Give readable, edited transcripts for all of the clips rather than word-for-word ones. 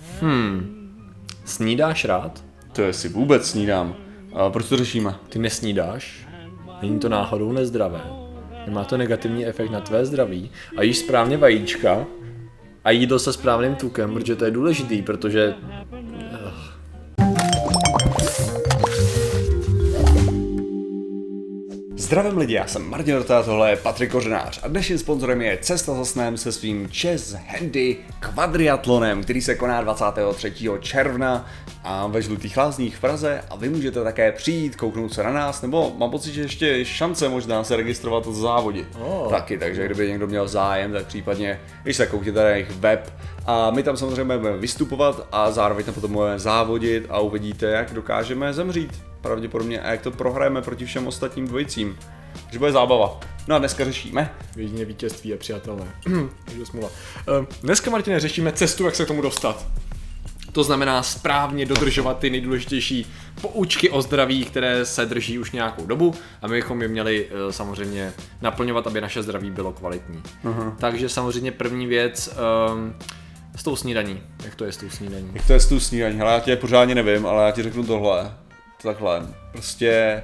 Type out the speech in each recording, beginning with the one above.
Snídáš rád? To jestli vůbec snídám. A proč to řešíme? Ty nesnídáš? Není to náhodou nezdravé? Nemá to negativní efekt na tvé zdraví? A jíš správně vajíčka a jídlo se správným tukem, protože to je důležitý, protože... Zdravím lidi, já jsem Martin Rota, tohle je Patrik Kořenář a dnešním sponzorem je Cesta za snem se svým Chess Handy Kvadriatlonem, který se koná 23. června a ve Žlutých Lázních v Praze a vy můžete také přijít, kouknout se na nás, nebo mám pocit, že ještě je šance možná se registrovat za závody taky, takže kdyby někdo měl zájem, tak případně, když se koukněte na jejich web a my tam samozřejmě budeme vystupovat a zároveň tam potom budeme závodit a uvidíte, jak dokážeme zemřít pravděpodobně a jak to prohrajeme proti všem ostatním dvojicím. Takže bude zábava. No a dneska řešíme. Jedině vítězství je přijatelné. Dneska, Martine, řešíme cestu, jak se k tomu dostat. To znamená správně dodržovat ty nejdůležitější poučky o zdraví, které se drží už nějakou dobu a my bychom je měli samozřejmě naplňovat, aby naše zdraví bylo kvalitní. Takže samozřejmě první věc s tou snídaní. Jak to je s tou snídaní? Jak to je s tou snídaní? Hele, já tě pořádně nevím, ale já ti řeknu tohle. Takhle. Prostě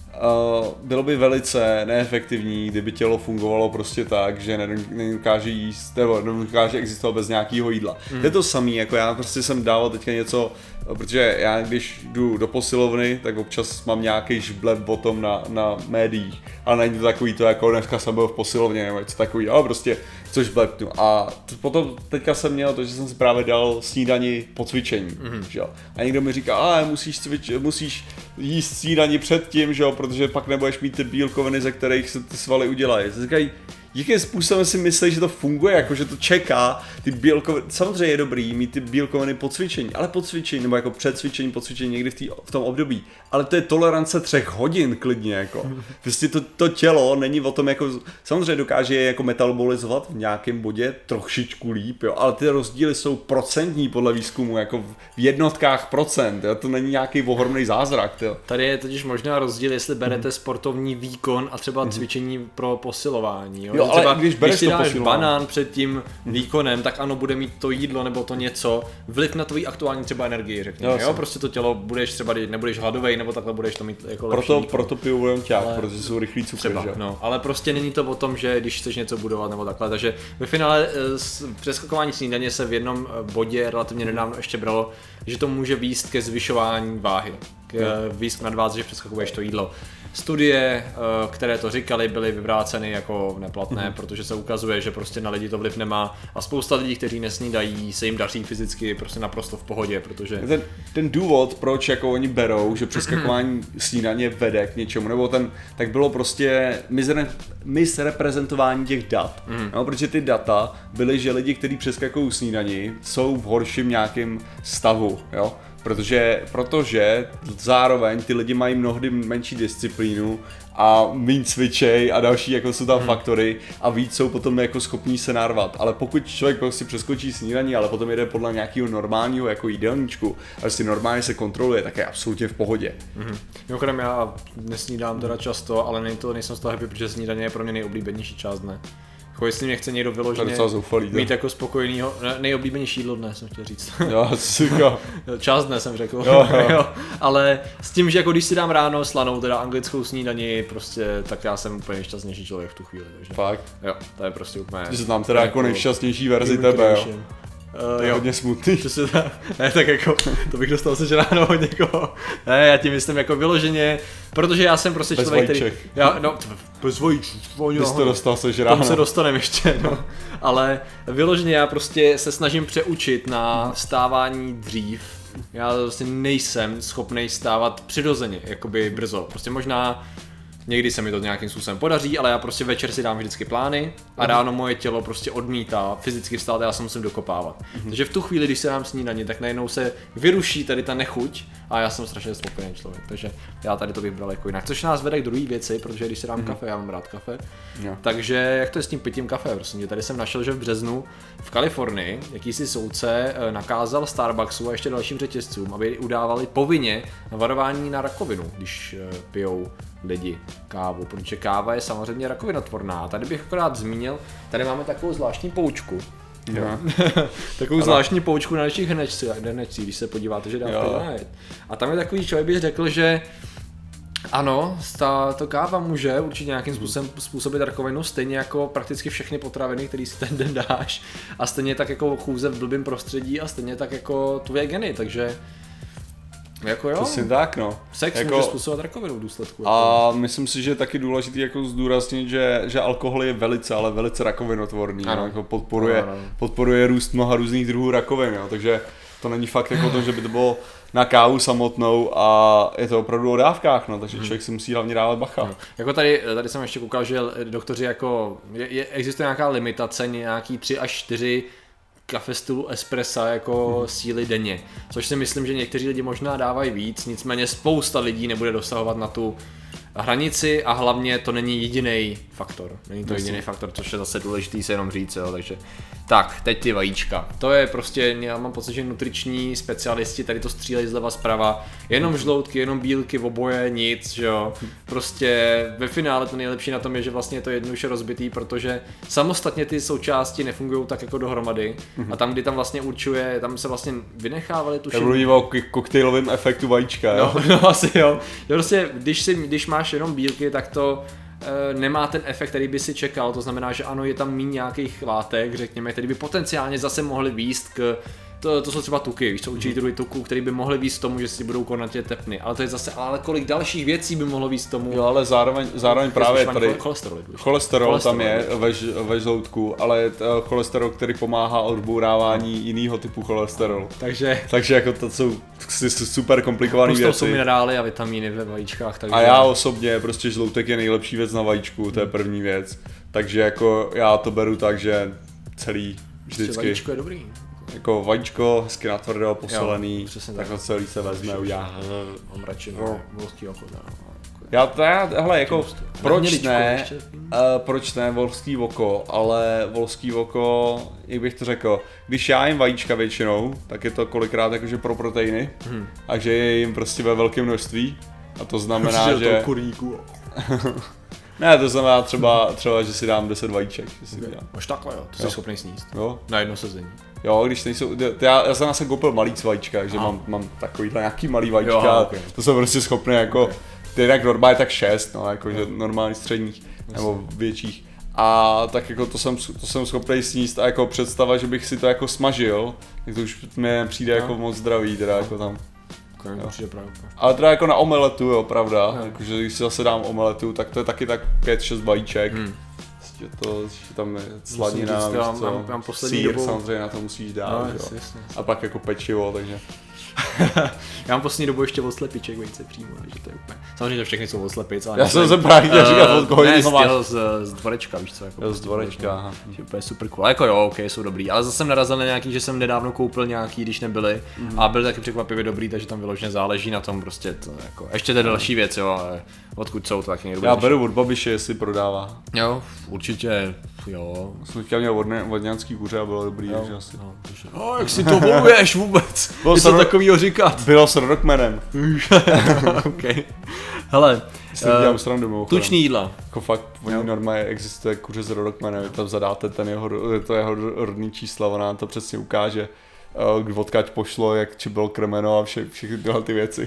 bylo by velice neefektivní, kdyby tělo fungovalo prostě tak, že nedokáže jíst, nebo nedokáže existovat bez nějakého jídla. Je to samý, jako já prostě jsem dával teďka něco, protože já když jdu do posilovny, tak občas mám nějaký žbleb o tom na médiích, ale není to takový to, jako dneska jsem byl v posilovně nebo něco takový, ale prostě což blepnu. A potom teďka jsem měl to, že jsem si právě dal snídani po cvičení, že jo. A někdo mi říká, musíš jíst snídani před tím, že jo, protože pak nebudeš mít ty bílkoviny, ze kterých se ty svaly udělají. Říkají, jakým způsobem si myslí, že to funguje, jako že to čeká, ty bílkoviny, samozřejmě je dobrý mít ty bílkoviny po cvičení, ale po cvičení, nebo jako před cvičením, po cvičení někdy v tom období, ale to je tolerance 3 hodin klidně, jako. Prostě to tělo není o tom, jako, samozřejmě dokáže je jako metabolizovat v nějakém bodě trošičku líp, jo, ale ty rozdíly jsou procentní podle výzkumu, jako v jednotkách procent, jo, to není nějaký ohromný zázrak, jo. Tady je totiž možná rozdíl, jestli berete sportovní výkon a třeba cvičení pro posilování, jo. Jo, ale třeba, když si dáš banán před tím výkonem, tak ano, bude mít to jídlo nebo to něco vliv na tvoji aktuální třeba energii, řekněme, jo, prostě to tělo budeš třeba, nebudeš hladovej, nebo takhle budeš to mít jako lepší. Proto piju jenom ťák, protože jsou rychlý cukry, třeba, že? No, ale prostě není to o tom, že když chceš něco budovat nebo takhle, takže ve finále přeskakování snídaně se v jednom bodě relativně nedávno ještě bralo, že to může vést ke zvyšování váhy, výst k nadváze, že přeskakuješ to jídlo. Studie, které to říkali, byly vyvráceny jako neplatné, protože se ukazuje, že prostě na lidi to vliv nemá a spousta lidí, kteří nesnídají, se jim daří fyzicky prostě naprosto v pohodě, protože... Ten důvod, proč jako oni berou, že přeskakování snídaně vede k něčemu, nebo tak bylo prostě misreprezentování těch dat. No, protože ty data byly, že lidi, kteří přeskakují snídani, jsou v horším nějakém stavu, jo? Protože zároveň ty lidi mají mnohdy menší disciplínu a méně cvičej a další jako jsou tam faktory a víc jsou potom jako schopní se narvat. Ale pokud člověk prostě přeskočí snídaní, ale potom jede podle nějakého normálního jako jídelníčku a si normálně se kontroluje, tak je absolutně v pohodě. Mimochodem já nesnídám teda často, ale nejsem z toho happy, protože snídaně je pro mě nejoblíbenější část dne. Jako jestli mě chce někdo vyloženě mít jako spokojenýho, nejoblíbenější jídlo dne, jsem chtěl říct. Část dne jsem řekl. Jo. Ale s tím, že jako když si dám ráno slanou, teda anglickou snídani, prostě, tak já jsem úplně nejšťastnější člověk v tu chvíli. Takže. Fakt? Jo, to je prostě úplně... Ty se znám teda jako nejšťastnější verzi tebe, jo. To je hodně smutný. Ne, tak jako, to bych dostal se ráno od někoho. Ne, já tím myslím jako vyloženě, protože já jsem prostě člověk, který... Bez vajíček. Ty jsi to dostal se ráno. Tam se dostaneme ještě, no. Ale vyloženě já prostě se snažím přeučit na vstávání dřív. Já prostě nejsem schopnej vstávat přirozeně, jakoby brzo. Prostě možná někdy se mi to nějakým způsobem podaří, ale já prostě večer si dám vždycky plány a ráno moje tělo prostě odmítá fyzicky vstát a já se musím dokopávat. Takže v tu chvíli, když se dám snídani, tak najednou se vyruší tady ta nechuť a já jsem strašně spokojený člověk. Takže já tady to bych bral jako jinak. Což nás vede k druhé věci, protože když si dám kafe, já mám rád kafe. Takže jak to je s tím pitím kafe? Prostě tady jsem našel, že v březnu v Kalifornii jakýsi soudce nakázal Starbucksu a ještě dalším řetězcům, aby udávali povinně varování na rakovinu, když pijou lidi kávu, protože káva je samozřejmě rakovinotvorná. Tady bych akorát zmínil, tady máme takovou zvláštní poučku, Jo. Takovou zvláštní poučku na našich hnečcích, když se podíváte, že dávte najet. A tam je takový člověk, bych řekl, že ano, to káva může určitě nějakým způsobem způsobit rakovinu, stejně jako prakticky všechny potraviny, které si ten den dáš, a stejně tak jako chůze v blbým prostředí a stejně tak jako tvoje geny, takže jako jo. Přesně tak, no. Sex jako, může způsobovat rakovinu v důsledku. A myslím si, že je taky důležité jako zdůraznit, že alkohol je velice, ale velice rakovinotvorný. No, jako podporuje růst mnoha různých druhů rakovin, jo, takže to není fakt jako to, že by to bylo na kávu samotnou a je to opravdu o dávkách, no, takže člověk si musí hlavně dávat bacha. No. Jako tady jsem ještě koukal, že doktoři jako, existuje nějaká limitace, nějaký 3 až 4 kafe stylu espressa jako síly denně, což si myslím, že někteří lidi možná dávají víc, nicméně spousta lidí nebude dosahovat na tu hranici a hlavně to není jediný faktor. Není to jediný faktor, což je zase důležitý se jenom říct, jo, takže tak, teď ty vajíčka. To je prostě, já mám pocit, že nutriční specialisti tady to střílejí zleva zprava, jenom žloutky, jenom bílky, oboje, nic, že jo. Prostě ve finále to nejlepší na tom je, že vlastně je to jednoduše rozbitý, protože samostatně ty součásti nefungují tak jako dohromady a tam, kdy tam vlastně určuje, tam se vlastně vynechávali tuším. To mluví o koktejlovém efektu vajíčka, jo? No asi jo. Prostě, když máš jenom bílky, tak to nemá ten efekt, který by si čekal, to znamená, že ano, je tam méně nějakých látek, řekněme, který by potenciálně zase mohly vést k to jsou třeba tuky, víš co, určitý druhy tuků, který by mohly vést tomu, že si budou konatě tepny, ale to je zase, ale kolik dalších věcí by mohlo vést tomu. Jo, ale zároveň právě tady cholesterol tam je ve žloutku, ale cholesterol, který pomáhá odbourávání jiného typu cholesterolu. Takže jako to jsou super komplikované věci. Jsou minerály a vitamíny ve vajíčkách, takže. A já osobně prostě žloutek je nejlepší věc na vajíčku, to je první věc. Takže jako já to beru tak, že celý vždycky. Vajíčko je dobrý. Jako vajíčko, hezky natvrdo, posolený, tak to celý se vezme, udělá. Mám radši volský oko. Hele, jako proč ne volský oko, ale volský oko, jak bych to řekl, když já jim vajíčka většinou, tak je to kolikrát jakože pro proteiny, a že je jim prostě ve velkém množství, a to znamená, že... to kurníku. Ne, to znamená třeba, že si dám 10 vajíček. Až takhle jo, to jsi schopný sníst. Jo. Na jedno sezení. Jo, když nejsou, já jsem asi koupil malý vajíčka, takže mám takovýhle nějaký malý vajíčka, jo, okay. To jsem prostě schopný jako, ty jak normálně tak 6, no, jakože normálně středních, nebo větších. A tak jako to jsem schopný sníst a jako představa, že bych si to jako smažil, tak to už mi přijde jako moc zdravý, teda jako tam. Ale teda jako na omeletu, jo, pravda, jakože když si zase dám omeletu, tak to je taky tak 5-6 vajíček. To tam je sladina, mám sír dobu... samozřejmě na to musíš dát, no, jo. Jasně. A pak jako pečivo, takže... Já mám poslední dobu ještě od slepiček vejce přímo, takže to je úplně... Samozřejmě, že všechny od slepic, ale... Já jsem se právě chtěl říkat, od koho ne, z dvorečka, víš co? Jako z dvorečka, aha. Úplně super cool, jako jo, ok, jsou dobrý, ale zase jsem narazil na nějaký, že jsem nedávno koupil nějaký, když nebyly, a byly taky překvapivě dobrý, takže tam vyloženě záleží na tom prostě to jako... Ještě to je další věc, jo, ale odkud jsou to taky někdo. Já beru od Babiše, jestli prodává. Jo, určitě, jo. Jsem chtěl měl vodňanský kuře a bylo dobrý, takže asi. Jak si to voluješ vůbec? Něco takovýho říkat. Bylo s Rodokmenem. Okay. Hele, tučný jídla. Jako fakt, oni normálně existuje kuře s Rodokmenem, vy tam zadáte jeho rodný čísla, ona nám to přesně ukáže, odkud pošlo, či bylo krmeno a všechny tyhle ty věci.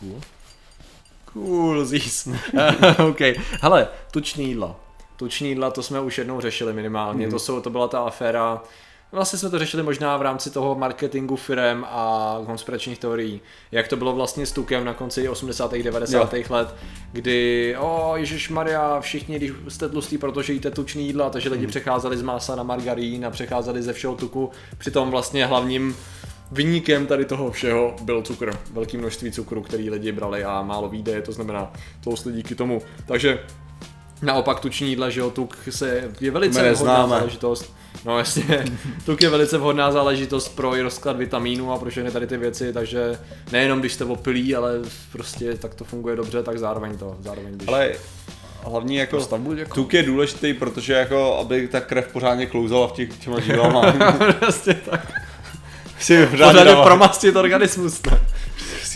Cool, zís. OK. Hele, tučný jídla. Tučný jídla, to jsme už jednou řešili minimálně, to byla ta aféra. Vlastně jsme to řešili možná v rámci toho marketingu firem a konspiračních teorií. Jak to bylo vlastně s tukem na konci 80. 90. let, kdy ježišmarja, všichni, když jste tlustý, protože jíte tučný jídla, takže lidi přecházeli z masa na margarín a přecházeli ze všeho tuku. Přitom vlastně hlavním viníkem tady toho všeho byl cukr. Velké množství cukru, který lidi brali a málo výdeje, to znamená tloustli díky tomu. Takže naopak tuční jídla, že jo, tuk je velice vhodná záležitost. No jasně, tuk je velice vhodná záležitost pro i rozklad vitamínů a pro všechny tady ty věci, takže nejenom když jste opilí, ale prostě tak to funguje dobře, tak zároveň když... Ale hlavně jako tuk je důležitý, protože jako aby ta krev pořádně klouzala v těma žilama. Vlastně tak. Pořádně promastit organismus, ne?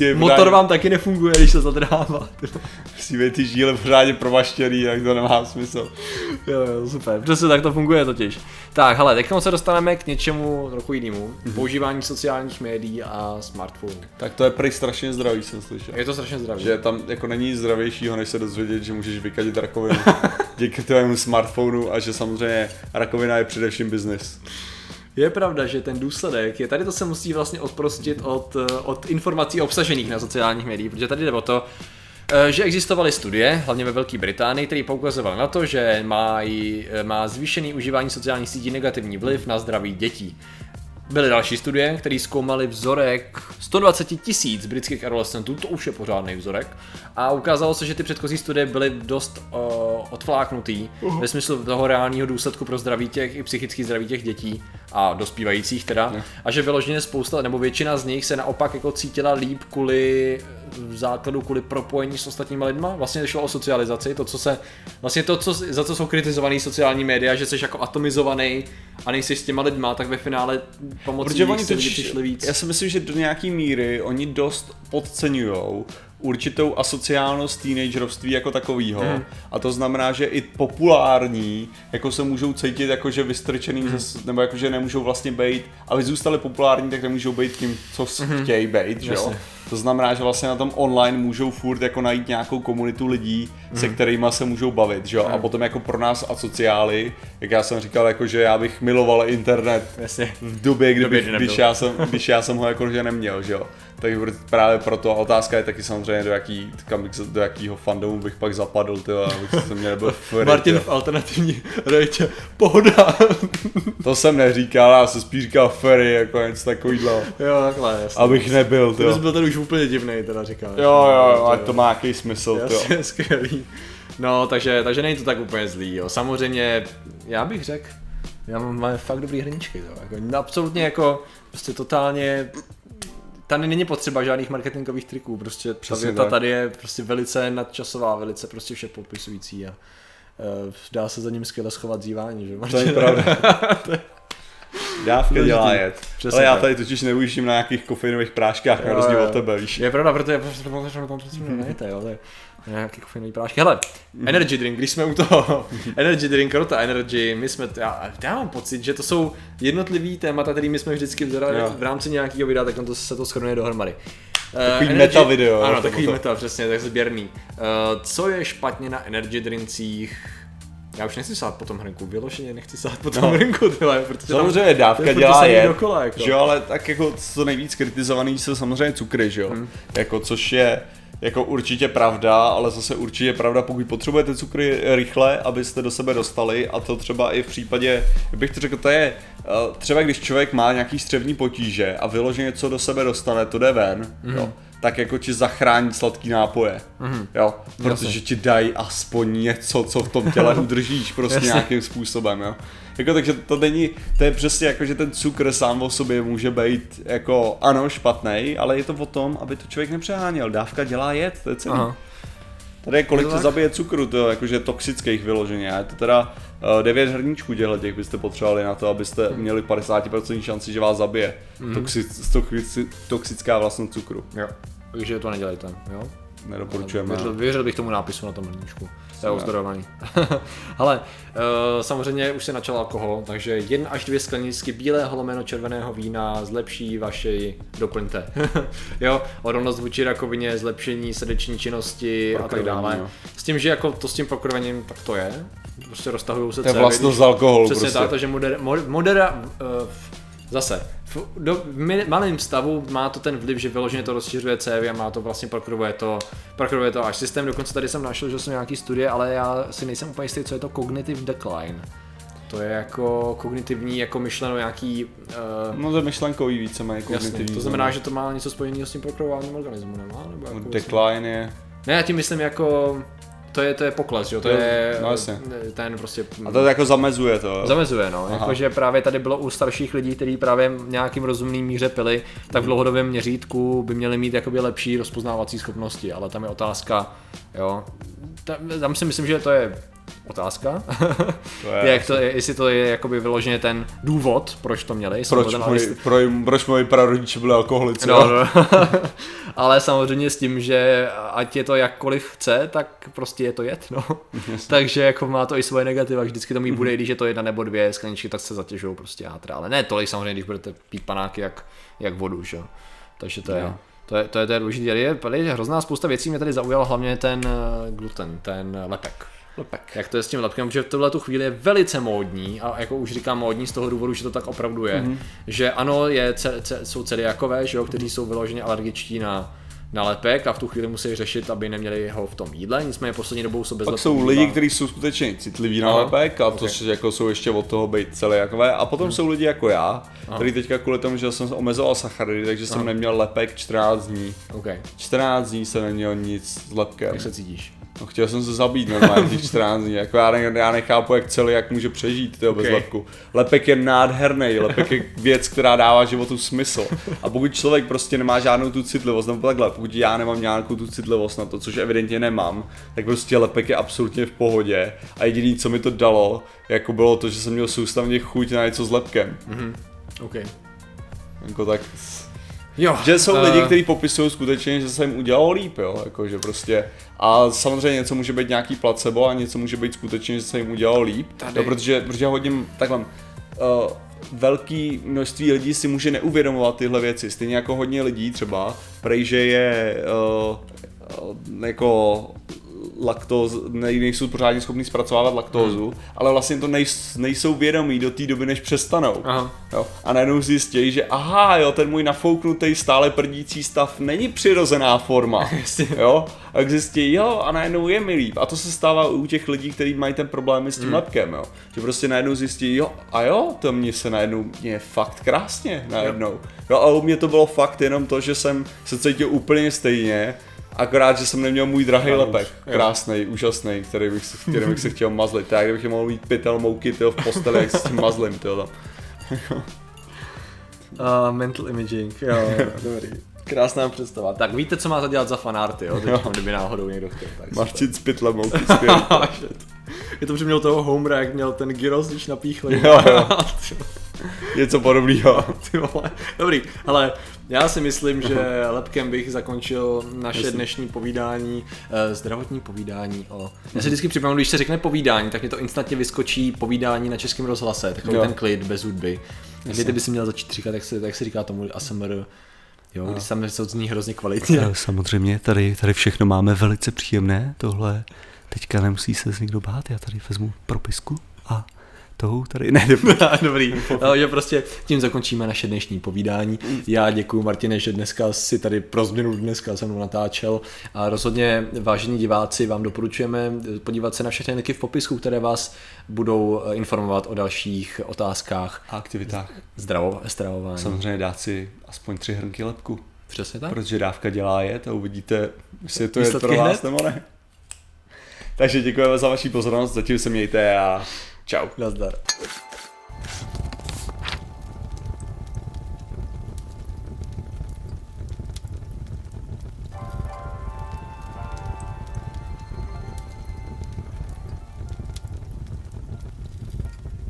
Motor vám taky nefunguje, když se zadrhává. Musí být ty žíly pořádně promaštěný, tak to nemá smysl. Jo, super, přesně tak to funguje totiž. Tak, hele, teď se dostaneme k něčemu trochu jinému. Používání sociálních médií a smartphonů. Tak to je prý strašně zdravý, jsem slyšel. Je to strašně zdravý. Že tam jako není nic zdravějšího, než se dozvědět, že můžeš vykadit rakovinu díky tvému smartphonu a že samozřejmě rakovina je především biznis. Je pravda, že ten důsledek je, tady to se musí vlastně odprostit od informací obsažených na sociálních médiích, protože tady jde o to, že existovaly studie, hlavně ve Velké Británii, které poukazovaly na to, že má zvýšený užívání sociálních sítí negativní vliv na zdraví dětí. Byly další studie, které zkoumaly vzorek 120 000 britských adolescentů, to už je pořádný vzorek, a ukázalo se, že ty předchozí studie byly dost odfláknutý ve smyslu toho reálného důsledku pro zdraví těch i psychický zdraví těch dětí a dospívajících teda, a že vyloženě spousta nebo většina z nich se naopak jako cítila líp kvůli propojení s ostatními lidma. Vlastně šlo o socializaci, za co jsou kritizovaný sociální média, že jsi jako atomizovaný a nejsi s těma lidma, tak ve finále pomocí nich se lidi přišli víc. Já si myslím, že do nějaký míry oni dost podceňujou určitou asociálnost teenagerovství jako takovýho. A to znamená, že i populární jako se můžou cítit jako že vystrčený, nebo jako že nemůžou vlastně být, aby zůstali populární, tak nemůžou být tím, co chtějí být, že jo? To znamená, že vlastně na tom online můžou furt jako najít nějakou komunitu lidí, se kterými se můžou bavit, že jo? A potom jako pro nás asociály, jak já jsem říkal, jako že já bych miloval internet v době, když já jsem ho jako že neměl, že jo? Tak právě proto otázka je taky samozřejmě, do jakého fandomu bych pak zapadl, tyjo, abych se měl byl free. Martin v alternativní rejtě, pohoda. To jsem neříkal, já jsem spíš říkal furry, jako něco takovýhle. Jo, takhle, jasně. Abych nebyl, tyjo. Ty jsi byl tady už úplně divnej, teda říkáš. Jo, ať to má nějaký smysl, tyjo. Jasně, skvělý. No, takže není to tak úplně zlý, jo. Samozřejmě, já bych řekl, máme fakt dobrý hrníčky, jo. Jako, absolutně jako, prostě totálně. Tady není potřeba žádných marketingových triků, prostě ta věta tady je prostě velice nadčasová, velice prostě vše popisující a dá se za ním skvěle schovat zívání, že? To je pravda. Dávka dělá jet. Ale já tady totiž neujíždím na nějakých kofeinových práškách, na rozdíl od tebe, víš. Je pravda, protože nejete, jo, nějaký kofeinový prášky. Hele, energy drink, když jsme u toho, energy drink, Rota Energy, já mám pocit, že to jsou jednotlivý témata, kterými jsme vždycky v rámci nějakého videa, tak se to shrnuje dohromady. Takový meta video. Ano, takový meta, přesně, tak sběrný. Co je špatně na energy drincích? Já už nechci sát po tom hrnku, vyloženě nechci sát po tom hrnku, tyhle, protože samozřejmě dávka dělá jet, dokola, jako. Že jo, ale tak jako co nejvíc kritizovaný jsou samozřejmě cukry, že jo, jako což je jako určitě pravda, ale zase určitě pravda, pokud potřebujete cukry rychle, abyste do sebe dostali, a to třeba i v případě, bych to řekl, to je třeba když člověk má nějaký střevní potíže a vyloženě co do sebe dostane, to jde ven, jo, tak jako ti zachrání sladký nápoje, jo, protože ti dají aspoň něco, co v tom těle udržíš prostě nějakým způsobem, jo. Jako, takže to je přesně jako, že ten cukr sám o sobě může být jako ano špatný, ale je to o tom, aby to člověk nepřeháněl. Dávka dělá jet, to je celý. Tady je kolik to zabije cukru, to jakože toxických vyloženě. A je to teda 9 hrníčků těch byste potřebovali na to, abyste měli 50% šanci, že vás zabije toxická vlastnost cukru. Jo, takže to nedělejte, jo? Nedoporučujeme. Věřil bych tomu nápisu na tom hrníčku. To je ozdorovaný. Hele, samozřejmě už se načal alkohol, takže 1 až 2 skleničky bílého lomeno červeného vína zlepší vaši, doplňte. Jo, odolnost vůči rakovině, zlepšení srdeční činnosti a tak dále. Jo. S tím, že jako to s tím prokrvením, tak to je. Prostě roztahují se cévy. To je vlastnost alkoholu. Přesně prostě. Tak, takže zase, v malém stavu má to ten vliv, že vyloženě to rozšiřuje cévy a má to vlastně prokrvuje to až systém. Dokonce tady jsem našel, že jsou nějaký studie, ale já si nejsem úplně jistý, co je to cognitive decline. To je jako kognitivní, jako myšleno nějaký... No to je myšlenkový víceméně kognitivní. Jasně, to znamená, že to má něco spojeného s tím prokrvováním organismu, nemá? Nebo jako decline je... Ne, já tím myslím jako... To je pokles, jo, to je ten prostě... A to jako zamezuje to, jo? Zamezuje, no, jakože právě tady bylo u starších lidí, kteří právě v nějakým rozumným míře pili, tak v dlouhodobém měřítku by měli mít jakoby lepší rozpoznávací schopnosti, ale tam je otázka, jo, tam si myslím, že to je Otázka. To je Jak to, jestli to je jakoby vyloženě ten důvod, proč to měli. Proč moji prarodiče byli alkoholici? No. Ale samozřejmě s tím, že ať je to jakkoliv chce, tak prostě je to jed, no. Takže jako má to i svoje negativa, vždycky to mít bude, když je to 1 nebo 2 skleničky, tak se zatěžují prostě játra. Ale ne tolik samozřejmě, když budete pít panáky jak vodu, že jo. Takže to je... To je důležité. Je hrozná spousta věcí, mě tady zaujal hlavně ten gluten, ten lepek. Jak to je s tím lepkem, protože v tuhle tu chvíli je velice módní a jako už říkám módní z toho důvodu, že to tak opravdu je, že ano, jsou celiakové, že jo, kteří jsou vyloženě alergičtí na lepek a v tu chvíli musí řešit, aby neměli ho v tom jídle, nicméně poslední dobou jsou bezlepkový. Pak jsou lidi, kteří jsou skutečně citliví na lepek a to jako jsou ještě od toho být celiakové a potom jsou lidi jako já, který teďka kvůli tomu, že jsem omezoval sacharidy, takže jsem neměl lepek 14 dní. 14 dní jsem neměl nic s lepkem. Jak se cítíš? No, chtěl jsem se zabít normálně těch 14 dní, jako já nechápu, jak může přežít bez lepku. Lepek je nádherný, lepek je věc, která dává životu smysl. A pokud člověk prostě nemá žádnou tu citlivost, nebo takhle, pokud já nemám nějakou tu citlivost na to, což evidentně nemám, tak prostě lepek je absolutně v pohodě. A jediné, co mi to dalo, jako bylo to, že jsem měl soustavně chuť na něco s lepkem. Jako tak... Jo, že jsou lidi, kteří popisují skutečně, že se jim udělalo líp, jo, jakože prostě a samozřejmě něco může být nějaký placebo a něco může být skutečně, že se jim udělalo líp, no, protože hodně takhle velký množství lidí si může neuvědomovat tyhle věci, stejně jako hodně lidí třeba, prej, že je jako nejsou pořádně schopni zpracovávat laktózu, ale vlastně to nejsou vědomí do té doby, než přestanou. Jo? A najednou zjistí, že ten můj nafouknutý stále prdící stav není přirozená forma. Jo? A zjistí, a najednou je mi líp. A to se stává u těch lidí, kteří mají ten problém s tím lepkem. Jo? Že prostě najednou zjistí, to mě se najednou je fakt krásně najednou. Jo? A u mě to bylo fakt jenom to, že jsem se cítil úplně stejně, akorát, že jsem neměl můj drahý lepek, krásnej, úžasný, kterým bych se chtěl mazlit. Tak kdybych mohl mít pytel mouky v posteli, jak se s tím mazlím, mental imaging, jo, dobrý. Krásná představa. Tak víte, co máte dělat za fanarty, jo? Teď, kdyby náhodou někdo chtěl. Martin s pytlem mouky. Je to přiměl toho Homera, jak měl ten gyros, když napíchl. Jo. Něco podobného. Dobrý, ale já si myslím, že lepkem bych zakončil naše dnešní povídání, zdravotní povídání o... Já si vždycky připomínám, když se řekne povídání, tak mě to instantně vyskočí povídání na Českém rozhlase, takový ten klid bez hudby. Ty by si měl začít říkat, jak se říká tomu ASMR, jo, když tam to zní hrozně kvalitně. Samozřejmě, tady všechno máme velice příjemné, tohle teďka nemusí se někdo bát, já tady vezmu propisku a tady ne. Dobrý. Že prostě tím zakončíme naše dnešní povídání. Já děkuji, Martine, že dneska si tady pro změnu dneska se mnou natáčel a rozhodně, vážení diváci, vám doporučujeme podívat se na všechny linky v popisku, které vás budou informovat o dalších otázkách a aktivitách stravování. Samozřejmě dát si aspoň 3 hrnky lepku. Přesně tak. Protože dávka dělá jet a uvidíte, jestli to je pro vás nebo ne. Takže děkujeme za vaši pozornost, zatím se mějte a čau. Nazdar.